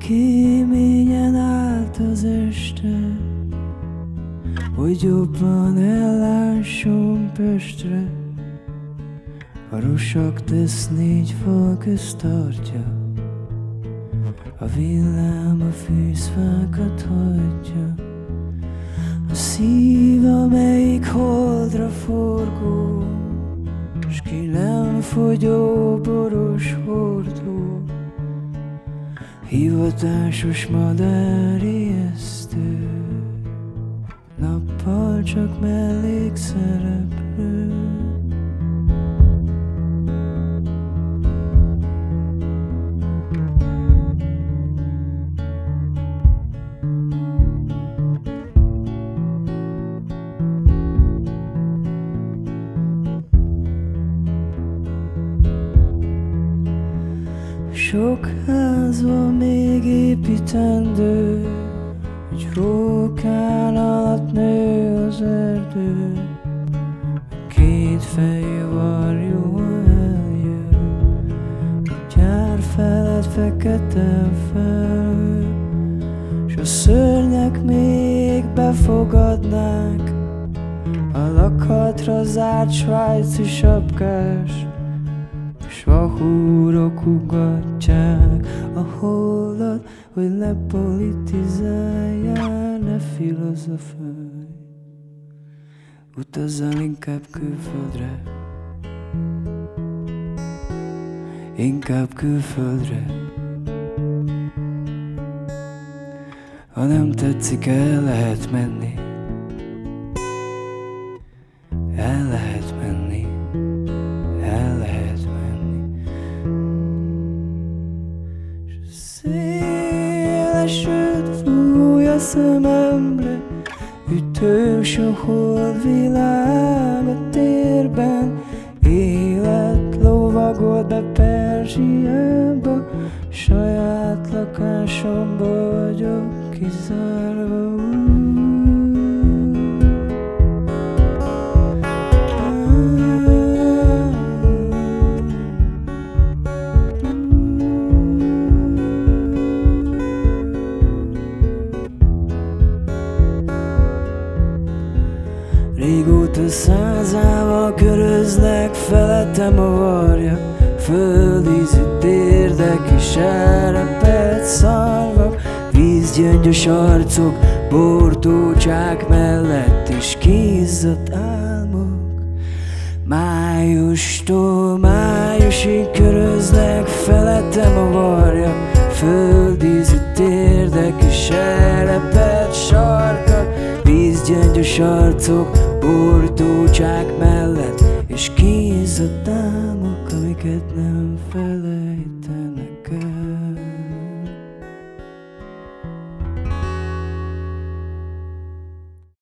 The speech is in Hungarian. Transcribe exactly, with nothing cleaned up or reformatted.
Kéményen állt az este, hogy jobban ellásson Pestre. A rusak tesz négy fal közt tartja, a villám a fűzfákat hajtja. A szív, amelyik holdra forgó, s ki nem fogyó boros hordó. Hivatásos madár ijesztő, nappal csak mellékszereplő. Sok ház van még építendő, egy rókán alatt nő az erdő. A két fejű varjú eljön, a gyár felett fekete felhő, s a szörnyek még befogadnák a lakatra zárt svájci sapkás. S a húrok ugatják a holdat, hogy ne politizáljál, ne filozofálj. Utazzál inkább külföldre, inkább külföldre. Ha nem tetszik, el lehet menni, el lehet menni, el lehet menni. Szélesült fúj a szememre, ütős a holdvilág a térben. Élet lovagolt be Perzsiába, saját lakásomba vagyok kizárva. Régóta százával körözlek, felettem a varja, földízi térdek és elrepett szarvak, vízgyöngyös arcok, bortócsák mellett és kizzadt álmok. Májustól májusig körözlek, felettem a varja, földízi térdek és elrepett sarkak, vízgyöngyös arcok, bortócsák mellett és kizzadt álmok, amiket nem felejt.